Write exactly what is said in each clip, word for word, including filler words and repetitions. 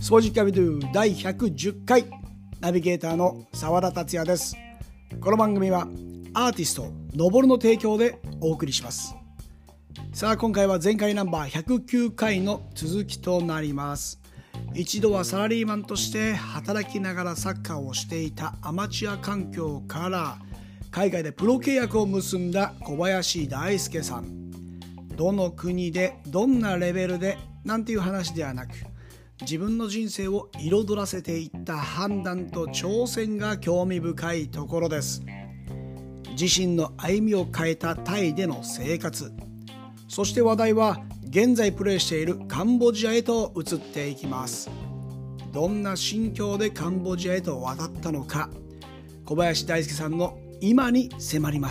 スポジカビドゥだいひゃくじゅっかい、ナビゲーターの澤田達也です。この番組はアーティストのぼるの提供でお送りします。さあ今回は前回ナンバーひゃくきゅうかいの続きとなります。一度はサラリーマンとして働きながらサッカーをしていたアマチュア環境から海外でプロ契約を結んだ小林大輔さん。どの国でどんなレベルでなんていう話ではなく、自分の人生を彩らせていった判断と挑戦が興味深いところです。自身の歩みを変えたタイでの生活、そして話題は現在プレーしているカンボジアへと移っていきます。どんな心境でカンボジアへと渡ったのか、小林大輔さんの今に迫ります。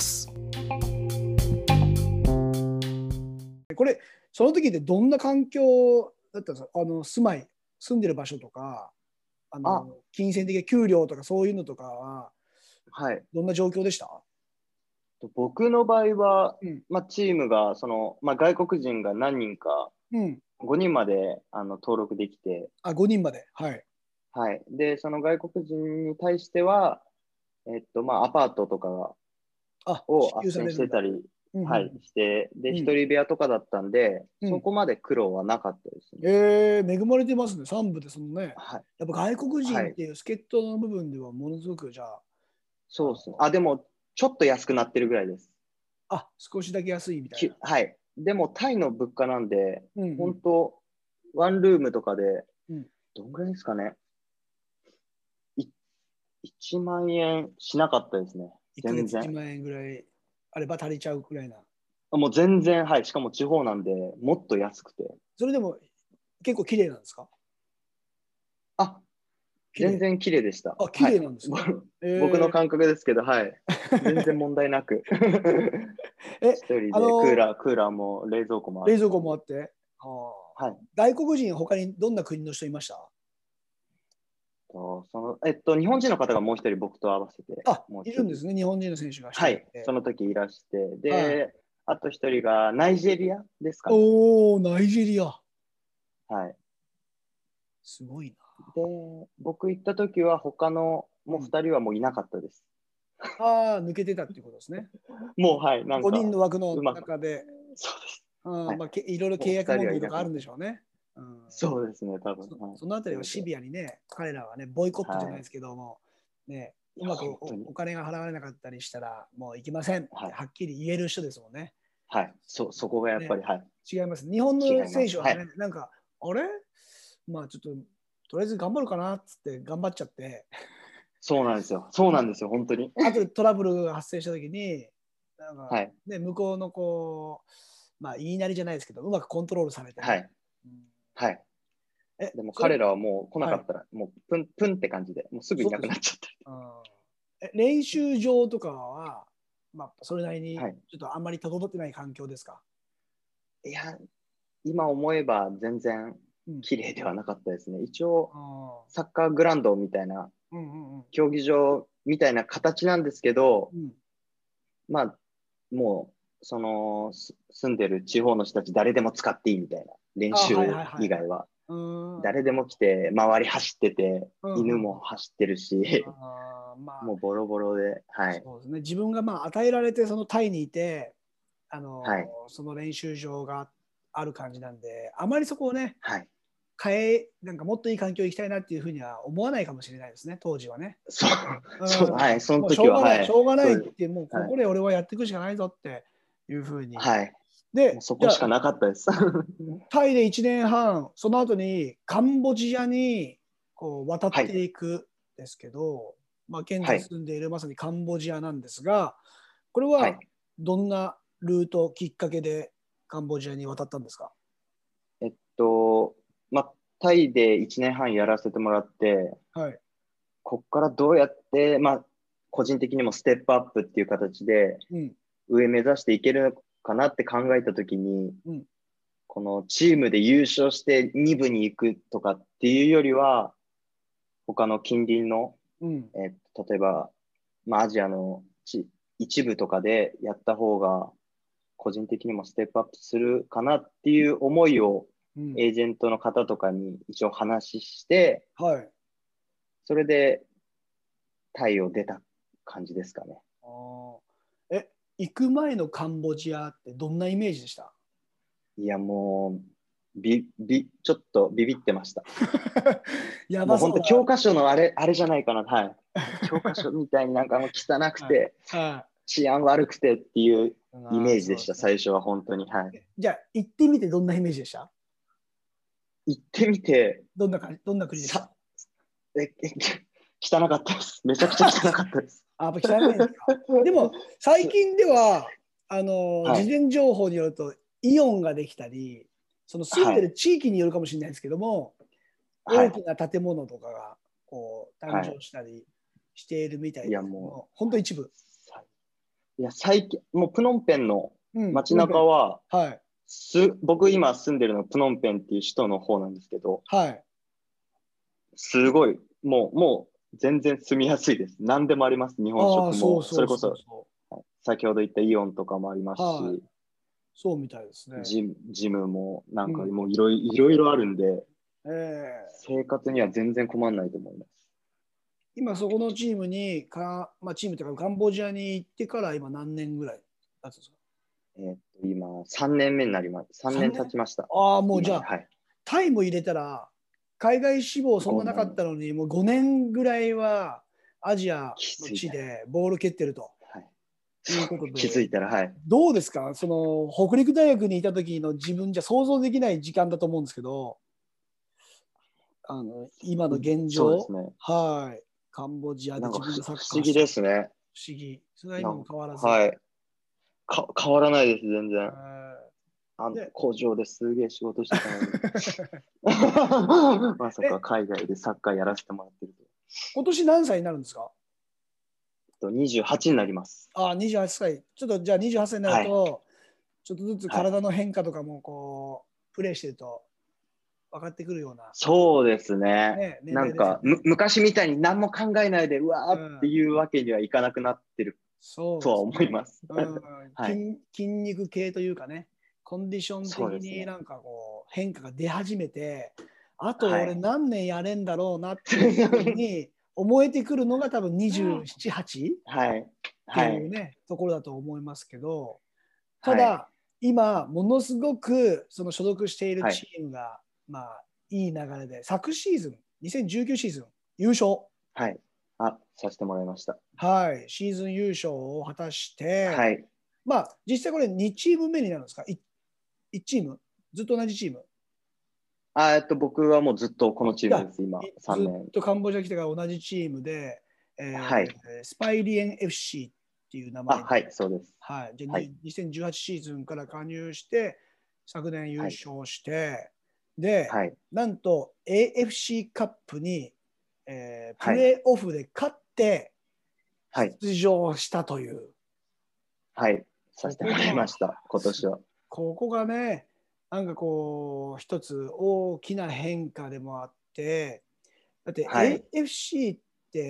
これその時ってどんな環境だったんですか？あの住まい住んでる場所とか、あのあ金銭的な給料とかそういうのとかははい、 どんな状況でした？ 僕の場合は、 うんまあ、チームがその、まあ、外国人が何人かうん、 ごにんまであの登録できて、 あ、ごにんまで、はい。 はい、でその外国人に対しては、えっとまあ、アパートとかあ、支を斡旋給されるんだ。 してたり、 うんはい、してでうん一人部屋とかだったんで、 うん、 そこまで苦労はなかったですね。 えー、恵まれてますね。さん部でそのね、 はい、 やっぱ外国はい、 人っていう助っ人の部分ではものすごくじゃあ、あそうですね。あ、でもちょっと安くなってるぐらいです。 あ、少しだけ安いみたいきな。 はい。でもタイの物価なんで、 うんうん本当ワンルームとかで、 うんどんぐらいですかね。いいちまん円しなかったですね。 いっかげつ1 全然。 万円ぐらいあれば足りちゃうくらいな。 もう全然、はい。しかも地方なんで、もっと安くて。 それでも結構綺麗なんですか？ あ、 綺麗。 全然綺麗でした。 あ、綺はい。 麗なんですね。 僕のえ感覚ですけど、はい。全然問題なく。 ー、え、 一人あのでクーラー、クーラーも冷蔵庫もあ冷蔵庫って。 もあって、ははい。 あ、外国人他にどんな国の人いました？ とその、えっと、日本人の方がもう一人僕と合わせて、 あ、 もう一人。 いるんですね。日本人の選手が一人はい。 いて。 その時いらして。 はい。 で、あと一人がナイジェリアですかね。 おー、ナイジェリア。 はい。 すごいな。 で、僕行った時は他のもううん、 二人はもういなかったです。 ああ、抜けてたっていうことですね。 もう、はい、なん 5 か、 人の枠のうまく。 中で、 そうです。 うん、 はい。 まあ、けいろいろ契もう二人約問はいなくなった。 題とかあるんでしょうね。うん、 そうですね、多分。 そ、 はい。 そのあたりはシそれで、 ビアにね、彼らはね、ボイコットじゃないはい。 ですけども、ね、 いや、 うまく本当に。 お、お金が払われなかったりしたら、もう行きませんってはい。 はっきり言える人ですもんね。 はい。そ、そこがやっぱね、 り、はい。 違います。日本の違います。 選手はね、 はい。 なんか、あれまあちょっと、とりあえず頑張るかなっつって頑張っちゃって、 そうなんですよ。そうなんですよ、本当に。 あとでトラブルが発生したときに、なんか、 はい。 ね、向こうのこう、まあ言いなりじゃないですけど、うまくコントロールされてね。 はい。 うん、 はい。 え、 でもそれ、 彼らはもう来なはい、 かったら、もうプン、プンって感じで、もうすぐいなくそうですよ。 なっちゃったり。 あーえ、練習場とかは、まあ、それなりにはい。 ちょっとあんまり整ってない環境ですか？ いや、今思えば全然うん。 綺麗ではなかったですね。一応、 あサッカーグラウンドみたいな、 ーうんうんうん。 競技場みたいな形なんですけど、 うん、 まあ、もう、その、す住んでる地方の人たち誰でも使っていいみたいな、練あ、はい習はいはいはい。 以外は。 うーん。 誰でも来て、周り走ってて、 うんうんうん。 犬も走ってるし、 あーまあ、 もうボロボロで、はい。 そうですね。自分がまあ与えられてそのタイにいて、あのはい。 その練習場がある感じなんで、あまりそこをね、 はい。 変え、なんかもっといい環境行きたいなっていうふうには思わないかもしれないですね、当時はね。 そう、 うん、 そう、はい。そのもうし時は、 ょうがない、しはい。 ょうがなそうです。 いって、もうこはい。 こで俺はやっていくしかないぞっていうふうに。 はい。もうで、じゃあ、 そこしかなかったです。 タイでいちねんはん、その後にカンボジアにこう渡っはい。 ていくんですけど、まあ、現はい。 在住んでいるまさにカンボジアなんですが、これはい。 はどんなルート、きっかけでカンボジアに渡ったんですか？ えっと、まあ、タイでいちねんはんやらせてもらって、 はい。 こっからどうやって、まあ、個人的にもステップアップっていう形でうん。 上目指していけるかなって考えたときに、 うん。 このチームで優勝してに部に行くとかっていうよりは、他の近隣の、 うん。 えっと、例えば、まあ、アジアのち一部とかでやった方が、個人的にもステップアップするかなっていう思いをうん、 エージェントの方とかに一応話して、 はい。 それでタイを出た感じですかね。 あえ、行く前のカンボジアってどんなイメージでした？ いや、もう、び、び、ちょっとビビってました。 やもう本当ばそうな。 教科書のあれ、あれじゃないかな。はい。教科書みたいになんかもう汚くはい。 て、 は治安悪くてっていうい。 イああ、 メージでした、 そうですね。 最初は本当に。はい。 じゃあ、行ってみてどんなイメージでした？ 行ってみて、 どんな感じ、どんな国でしさ、 た？ え、え汚かったです。めちゃくちゃ汚かったです。 あ、やっぱ汚いんですか。でも、最す近では、あの、 はい。 事前情報によると、イオンができたり、その住んはい。 でる地域によるかもしれないですけども、大はい。 きな建物とかがこう誕はい。 生したりしているみたいいや、 ですけどもも、本当一部。 う、さいや、最近、もうプノンペンのうん、プ街ノンペン。 中は、 はい。 す、僕今住んでるのプノンペンっていう首都の方なんですけど、 はい。 すごい、もう、もう、全然住みやすいです。何でもあります。日本ああ、 食も、そそうそうれこそ、 そうそはい先ほど言ったイオンとかもありまう。はい。 すし、 そうみたいですね。 ジム、ジムも、なんかうん。 もういろいろ、いろいろあるんで、 えー、 生活には全然困らないと思います。 今そこのチームにか、まあ、チームというかカンボジアに行ってから今何年ぐらい経つんですか？ えーっと、今、さんねんめになります。さんねさんん経年。 ちました。 ああ、もうじ今で、 ゃあ、 はい。 タイも入れたら、海外志望そんななかっごねん。 たのに、もうごねんぐらいはアジアの地気づいたら、 でボール蹴ってるとはい。 いうそう、気づことで、 いたら、はい。 どうですか、その北陸大学にいた時の自分じゃ想像できない時間だと思うんですけど、あの今のうん現状、 そうですね。 はい、カンボジアでなんかふ自分がサッ不思議カーしてる、 ですね。 不思議、それは今もなん変わらず。 はい。か、変わらないです、全然。あの、 で、 工場ですげえ仕事してたのに。まさかえ、 海外でサッカーやらせてもらってる今年何歳になるんですか？ と。にじゅうはちになります。 あ、にじゅうはっさい。ちょっとじゃあにじゅうはっさいになるはい。 と、ちょっとずつはい。 体の変化とかもこう、プレイしてると分かってくるような、 そうですね。 ね、年代ですよなんか、む、 ね。 昔みたいに何も考えないで、うわーってうん、 いうわけにはいかなくなってるそうとはですね。 思います。 うん、 はい。 筋、筋肉系というかね、コンディション的そうですね。 になんかこう変化が出始めて、あと俺はい。 何年やれんだろうなっていうふうに思えてくるのが多分にじゅうなな、はちはい。 ってはい。 いうね、ところだと思いますけど、たはい。 だ、今、ものすごくその所属しているはい。 チームが、まあ、いい流れで、昨シーズン、にせんじゅうきゅうシーズン、優勝、 はい。あ、させてもらいました。 はい、シーズン優勝を果たして、 はい。 まあ、実際これにチーム目になるんですか？ いち チームずっと同じチームあ、えっと、僕はもうずっとこのチーいや、 ムです、今、3 ずっ年。 とカンボジア来てから同じチームで、えはい。 ースパイリエン エフシー っていう名あ、 前で、 はい、そうです。 はい、じゃあはい。 にせんじゅうはちシーズンから加入して、昨年優はい。 勝して、で、 はい。 なんと エーエフシー カップに、えープはい。 レーオフで勝ってはい。 出場したという、 はい。させてもらいここが、 ました、今年は。 ここがね、なんかこう、一つ大きな変化でもあって、だってはい。 エーエフシー って、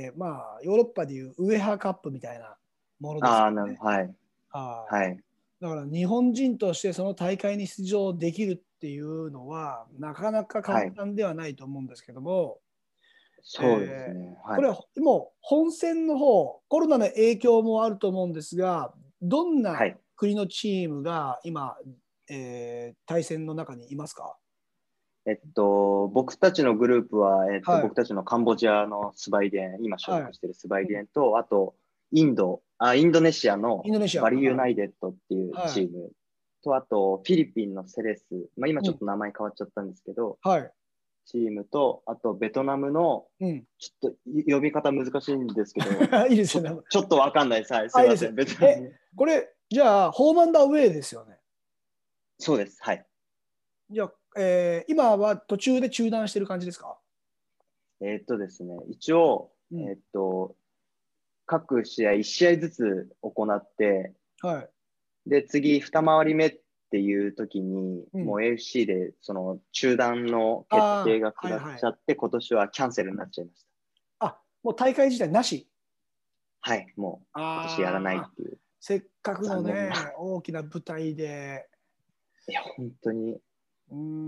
まあ、ヨーロッパでいうウエハカップみたいなものですああ、なるよね。 はい。 はい。 はい。 だから日本人としてその大会に出場できるっていうのはなかなか簡はい。 単ではないと思うんですけども、 そうですえーね。はい。 これはもう本戦の方、コロナの影響もあると思うんですが、どんなはい。 国のチームが今、えー対戦の中にいますか？ えっと、僕たちのグループは、えっと、 はい、 僕たちのカンボジアのスバイデン、今所はい、 属しているスバイうん、 デンと、あと、インド、あ、インドネシアのインドネシア、 バリユはナイテッドっていうい、はい、 チームと、あと、フィリピンのセレス、まあ、今うん、 ちょっと名前変わっちゃったんですけど、 はい、 チームと、あと、ベトナムの、 うん。 ちょっとい読み方難しいんですけど、 いいですよね。 ちょ、ちょっとわかんないです。はい、すあ、いいです。 いません。ベトナえ、 ム。 これ、じゃあ、ホームアンダーウェイですよね。 そうです。はい。 じゃあ、えー今は途中で中断してる感じですか？ えーっとですね、一応、 うん。 えーっと、各試合いち試合ずつ行って、 はい。 で、次、二回り目っていう時に、 うん。 もう エーエフシー でその中断の決定ああ、 が下っはいはい。 ちゃって、今年はキャンセルになっちゃいました。 あ、もう大会自体なし。 はい、もう今年やらないっああ、 ていうせっかくの残念な。 ね、大きな舞台で、 いや、本当に、 うん、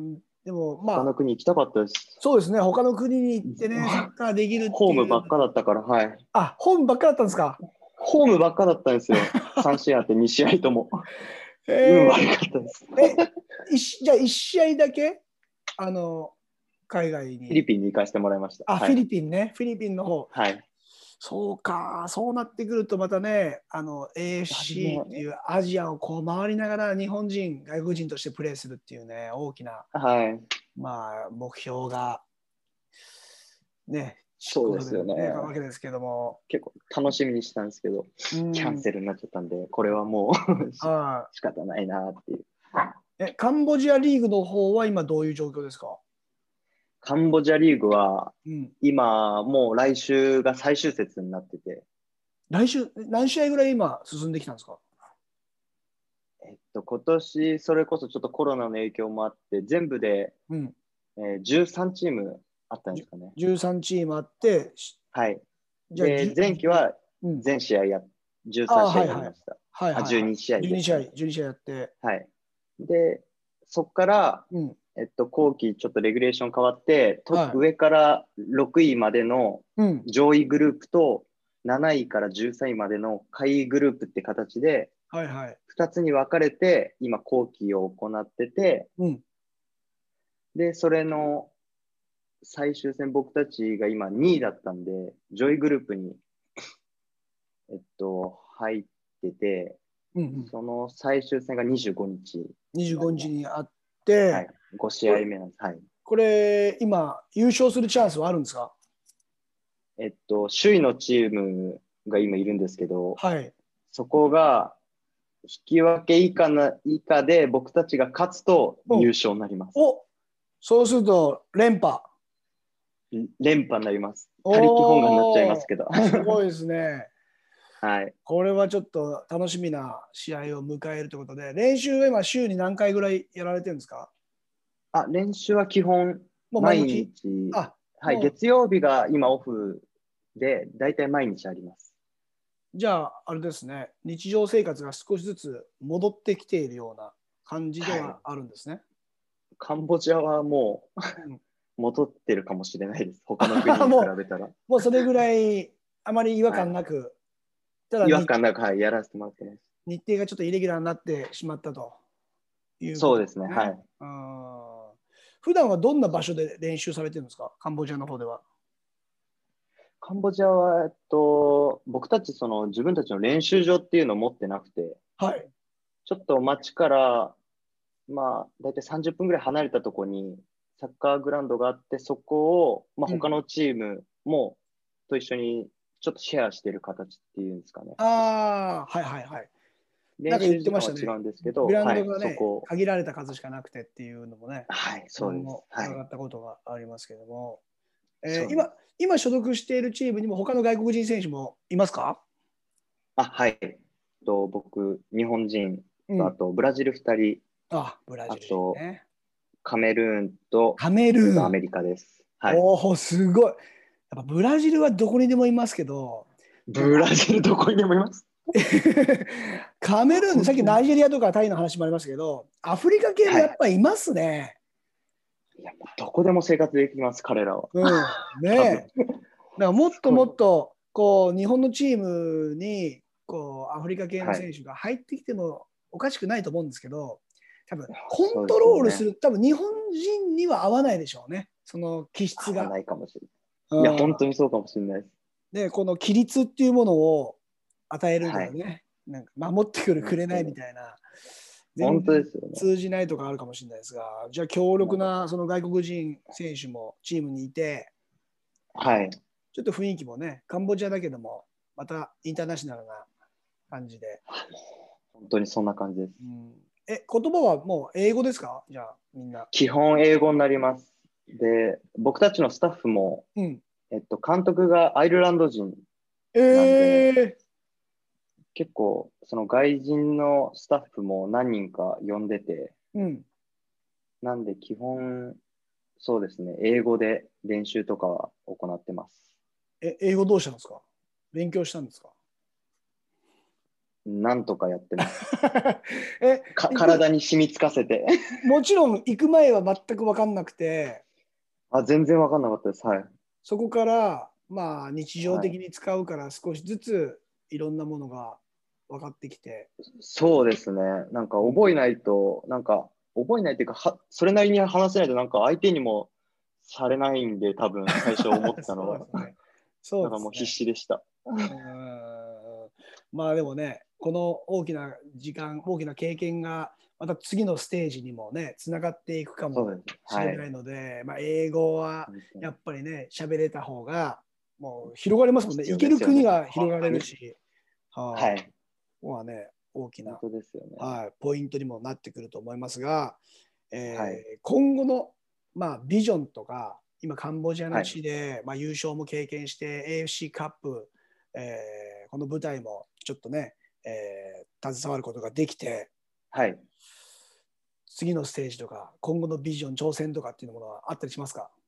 でもま他のあ、 国行きたかったです。 そうですね、他の国に行ってね、サッカーできるっていう。 ホームばっかだったから、はい。 あ、ホームばっかだったんですか。 ホームばっかだったんですよ。さん試合あってに試合とも。運え悪かったです。 ー、え、いしじゃあいち試合だけ、あの、海外フィリに。 ピンに行かせてもらいました。 あ、フィはい。 リピンね、フィリピンの方。 はい。 そうか、そうなってくるとまたね、あのあれエーエフシー ってね、 いうアジアをこう回りながら日本人、外国人としてプレーするっていうね、大きな、 はい。 まあ、目標がね、執そう行される、 ですよね。 ね、わけですけども、 結構楽しみにしたんですけど、 うキャンん、 セルになっちゃったんで、これはもうしあ仕方ないなっていう。 え、カンボジアリーグの方は今どういう状況ですか。 カンボジアリーグは、 うん、 今、もう来週が最終節になってて、 来週、何試合ぐらい今進んできたんですか。 えっと、今年、それこそちょっとコロナの影響もあって、全部で、 うん、 えー、じゅうさんチームあったんですかね。 じゅうさんチームあって、 はい。 じゃあ、 で、 じゅ前期はうん、 全試合や、13 ああ、 試合はいはい。 やりました。あ、 はいはいはじゅうに試合い。12試合、 ですかね。 じゅうに試合やって。 はい。で、そこから、 うん。 えっと、後期ちょっとレギュレーション変わって、とはい。 上からろくいまでのうん。 上位グループとなないからじゅうさんいまでの下位グループって形で、 はいはい。 ふたつに分かれて、今、後期を行ってて、 うん。 で、それの最終戦、僕たちが今にいだったんで、上位グループに、えっと、入ってて、 うんうん。 その最終戦がにじゅうごにちに 25 なります。 日にあっはい。 て、 ご試これ、 合目なんです。はい。 これ今、優勝するチャンスはあるんですか。 えっと、首位のチームが今いるんですけど、 はい。 そこが引き分け以下な、以下で僕たちが勝つと優お、 勝になります。 お、そうすると連覇。 連覇になります。他力本願になっちゃいますおー、 けど。 すごいですね。 はい。 これはちょっと楽しみな試合を迎えるということで、練習は今週に何回ぐらいやられてるんですか。 あ、練習は基本もう毎毎日。 日、 あ、 はい、 もう、 月曜日が今オフで、だいたい毎日あります。 じゃあ、あれですね、日常生活が少しずつ戻ってきているような感じではい。 はあるんですね。 カンボジアはもうん、 う戻ってるかもしれないです。他の国に比もべたら。 う、もうそれぐらいあまり違和はい。 感なく、ただ日違和感なく、はい、やらせてもらってます。 日程がちょっとイレギュラーになってしまったということでそうですね。 すね。 はい。 うん、普段はどんな場所で練習されてるんですか、カンボジアの方では。 カンボジアは、えっと、僕たちその自分たちの練習場っていうのを持ってなくて、 はい。 ちょっと街から、まあ、だいたいさんじゅっぷんぐらい離れたところにサッカーグラウンドがあって、そこを、まあ、 うん、 他のチームもと一緒にちょっとシェアしてる形っていうんですかね。 ああ、はいはいはい。なんか言っ練習時間てましたね。 は違うんですけど、 グラウンはい、 ドがね、 そこ、 限られた数しかなくてっていうのもね、 はい、 僕そうです。はい、 も伺ったことがありますけども、えー今、 そうなんです。 今所属しているチームにも他の外国人選手もいますか。 あ、はい。と僕、日本人と、あうん。 とブラジルふたり、 あ、ブラジル人あとね。 カメルーンと、 カメルーン。 あとアメリカです。はい。 おお、すごい。やっぱブラジルはどこにでもいますけど、なんかブラジルどこにでもいます。 カメルーンでさっき本当に。 ナイジェリアとかタイの話もありましたけど、アフリカ系もはい。 やっぱりいますね。 いや、もうどこでも生活できます、彼らは。 うん。ね多分。 え。だからもっともすごい。 っとこう日本のチームにこうアフリカ系のはい。 選手が入ってきてもおかしくないと思うんですけど、多分コンそうでトすよね。 ロールする、多分日本人には合わないでしょうね、その気質が。 合わないかもしれない。いや、 うん、 本当にそうかもしれないです。 で、この規律っていうものを与えるにはい。 はね、なんか守ってくるくれないみ本当に。 たいな、全本当然ですよね。 通じないとかあるかもしれないですが、じゃあ強力なんか、 なその外国人選手もチームにいて、 はい。 ちょっと雰囲気もね、カンボジアだけども、またインターナショナルな感じで。 本当にそんな感じです。 うん、え、言葉はもう英語ですか、じゃあ、みんな。 基本英語になります。で、僕たちのスタッフも、 うん。 えっと、監督がアイルランド人えなんで、 ー、 結構、その外人のスタッフも何人か呼んでて、 うん。 なんで基本、そうですね、英語で練習とかは行ってます。 え、英語どうしたんですか、勉強したんですか。 なんとかやってます。 えか体に染みつかせて。 もちろん行く前は全く分かんなくて、 あ、全然分かんなかったです。はい。 そこからまあ日常はい、 的に使うから少しずついろんなものが分かってきて。 そうですね。なんか覚えないと、うん、なんか覚えないっていうかは、それなりに話せないとなんか相手にもされないんで、多分最初思ったのは。 そうですね。そうですね。 だからもう必死でした。 うんまあでもね、この大きな時間、大きな経験がまた次のステージにもね、つながっていくかもしれないので、はい、まあ、英語はやっぱりね、喋れた方がもう広がりますもんね。行ける国が広がれるし、 はい。こここはね、大きな、 本当ですよね、 はい、ポイントにもなってくると思いますが、えーはい、 はい、 今後の、まあ、ビジョンとか、今カンボジアの地で、はい、まあ、優勝も経験して エーエフシー カップ、えー、この舞台もちょっとね、えー、携わることができて、 はい、 次のステージとか今後のビジョン挑戦とかっていうものはあったりしますか？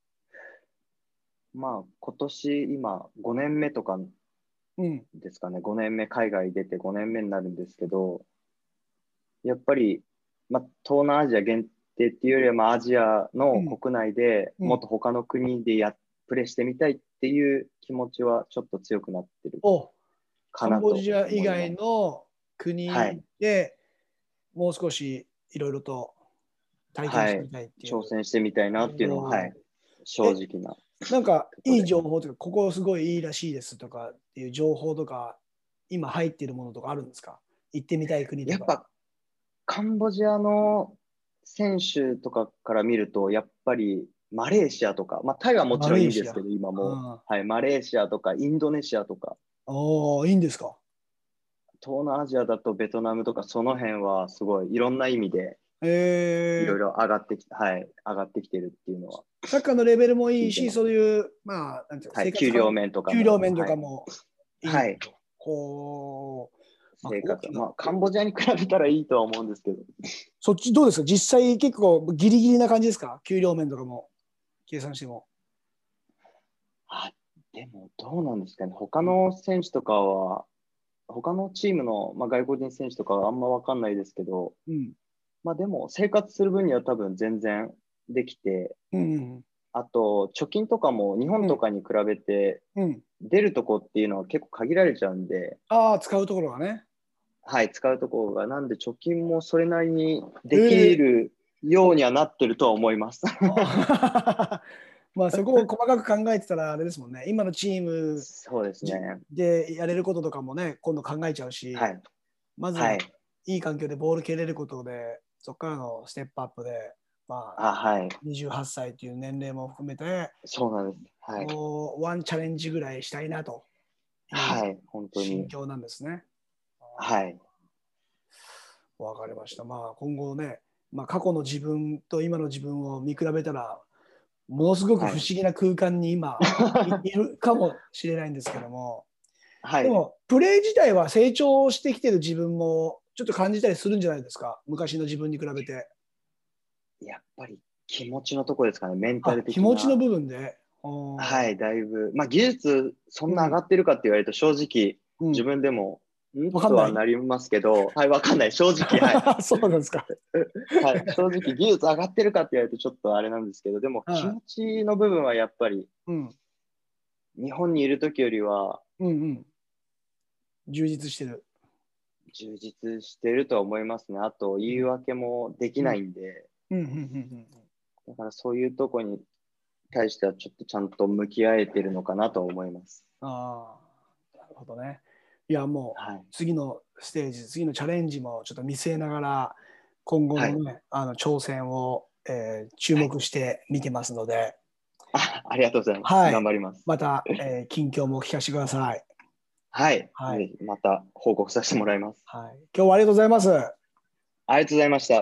まあ今年今ごねんめとかですかね、うん、ごねんめ海外出てごねんめになるんですけど、やっぱり、まあ、東南アジア限定っていうよりは、まあ、アジアの国内でもっと他の国でや、うん、プレーしてみたいっていう気持ちはちょっと強くなってるかなと思います。 カンボジア以外の国でもう少しいろいろと体験してみたいっていう、 はい、挑戦してみたいなっていうのは、はい、正直な。 なんかいい情報とか、ここすごいいいらしいですとかっていう情報とか、今入っているものとかあるんですか？行ってみたい国とか。 やっぱカンボジアの選手とかから見ると、やっぱりマレーシアとか、まあ、タイはもちろんいいんですけど、今も、はい、マレーシアとかインドネシアとか。 ああ、いいんですか？ 東南アジアだとベトナムとか、その辺はすごいいろんな意味で、いろいろ上がってきて、はい、上がってきてるっていうのは。 サッカーのレベルもいいし、そういう、まあ、なんていうか、 はい、給料面とかも。給料面とかもいい。 はい。 こう、 生活、まあ、カンボジアに比べたらいいとは思うんですけど。 そっちどうですか？実際結構ギリギリな感じですか？給料面とかも計算しても。 あ、でもどうなんですかね。他の選手とかは、他のチームの、まあ、外国人選手とかはあんま分かんないですけど、うん、まあでも生活する分には多分全然できて、うん、あと貯金とかも日本とかに比べて出るとこっていうのは結構限られちゃうんで、 ああ、使うところがね。 はい、使うところが、なんで貯金もそれなりにできるようにはなってるとは思います。えーまあそこを細かく考えてたらあれですもんね。今のチームそうですね。 でやれることとかもね、今度考えちゃうし、はい、まずはいい環境でボール蹴れることで、そこからのステップアップで、まあ、 あ、はい、 にじゅうはっさいという年齢も含めて、 そうなんです。はい、 もうワンチャレンジぐらいしたいなという心境なんですね。 はい。 わかりました。まあ今後ね、まあ、過去の自分と今の自分を見比べたら、ものすごく不思議な空間に今、はい、いるかもしれないんですけども、はい、でもプレー自体は成長してきてる自分もちょっと感じたりするんじゃないですか、昔の自分に比べて。 やっぱり気持ちのところですかね、メンタル的な。 気持ちの部分で。 はい、だいぶ。まあ技術そんな上がってるかって言われると正直、うん、自分でも、んとはなりますけど、はい、わかんない。正直、はい。 そうなんですか。 はい、正直、技術上がってるかって言われるとちょっとあれなんですけど、でも気持ちの部分はやっぱり、うん、日本にいる時よりは、 うんうん、充実してる。 充実してるとは思いますね。あと、言い訳もできないんで、だからそういうとこに対してはちょっとちゃんと向き合えてるのかなと思います。 ああ、なるほどね。いやもう次のステージ、はい、次のチャレンジもちょっと見据えながら今後のね、はい、あの挑戦を、えー、注目して見てますので、はい、 あ, ありがとうございます。はい、頑張ります。 また、えー、近況も聞かせてください。 はい。はい、また報告させてもらいます。 はい。今日はありがとうございます。 ありがとうございました。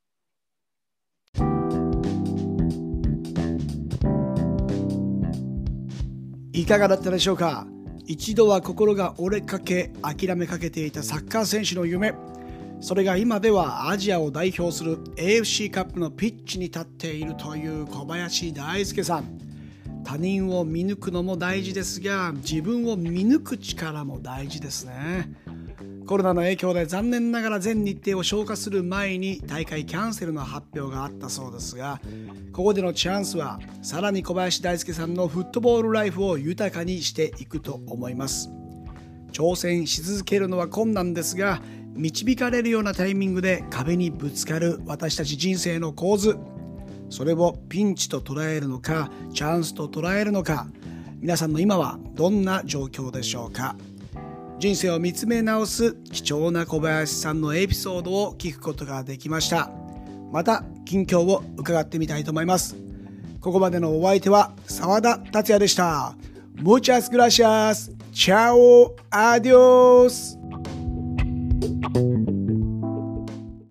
いかがだったでしょうか。一度は心が折れかけ諦めかけていたサッカー選手の夢、それが今ではアジアを代表する エーエフシー カップのピッチに立っているという小林大輔さん。他人を見抜くのも大事ですが、自分を見抜く力も大事ですね。 コロナの影響で残念ながら全日程を消化する前に大会キャンセルの発表があったそうですが、ここでのチャンスはさらに小林大輔さんのフットボールライフを豊かにしていくと思います。挑戦し続けるのは困難ですが、導かれるようなタイミングで壁にぶつかる私たち人生の構図、それをピンチと捉えるのかチャンスと捉えるのか、皆さんの今はどんな状況でしょうか。人生を見つめ直す貴重な小林さんのエピソードを聞くことができました。また近況を伺ってみたいと思います。ここまでのお相手は澤田達也でした。Muchas gracias. Chao. Adios.